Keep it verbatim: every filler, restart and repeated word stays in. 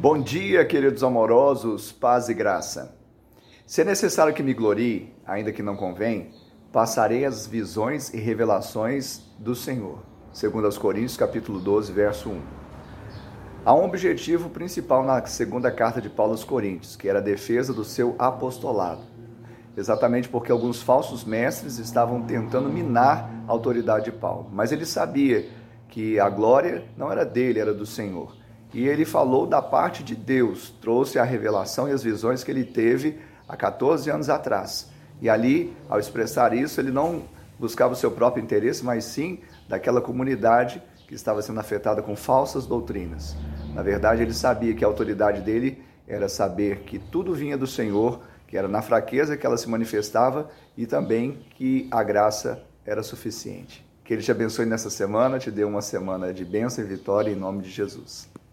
Bom dia, queridos amorosos, paz e graça. Se é necessário que me glorie, ainda que não convém, passarei as visões e revelações do Senhor. Segundo aos Coríntios, capítulo doze, verso um. Há um objetivo principal na segunda carta de Paulo aos Coríntios, que era a defesa do seu apostolado. Exatamente porque alguns falsos mestres estavam tentando minar a autoridade de Paulo. Mas ele sabia que a glória não era dele, era do Senhor. E ele falou da parte de Deus, trouxe a revelação e as visões que ele teve há quatorze anos atrás. E ali, ao expressar isso, ele não buscava o seu próprio interesse, mas sim daquela comunidade que estava sendo afetada com falsas doutrinas. Na verdade, ele sabia que a autoridade dele era saber que tudo vinha do Senhor, que era na fraqueza que ela se manifestava e também que a graça era suficiente. Que Ele te abençoe nessa semana, te dê uma semana de bênção e vitória em nome de Jesus.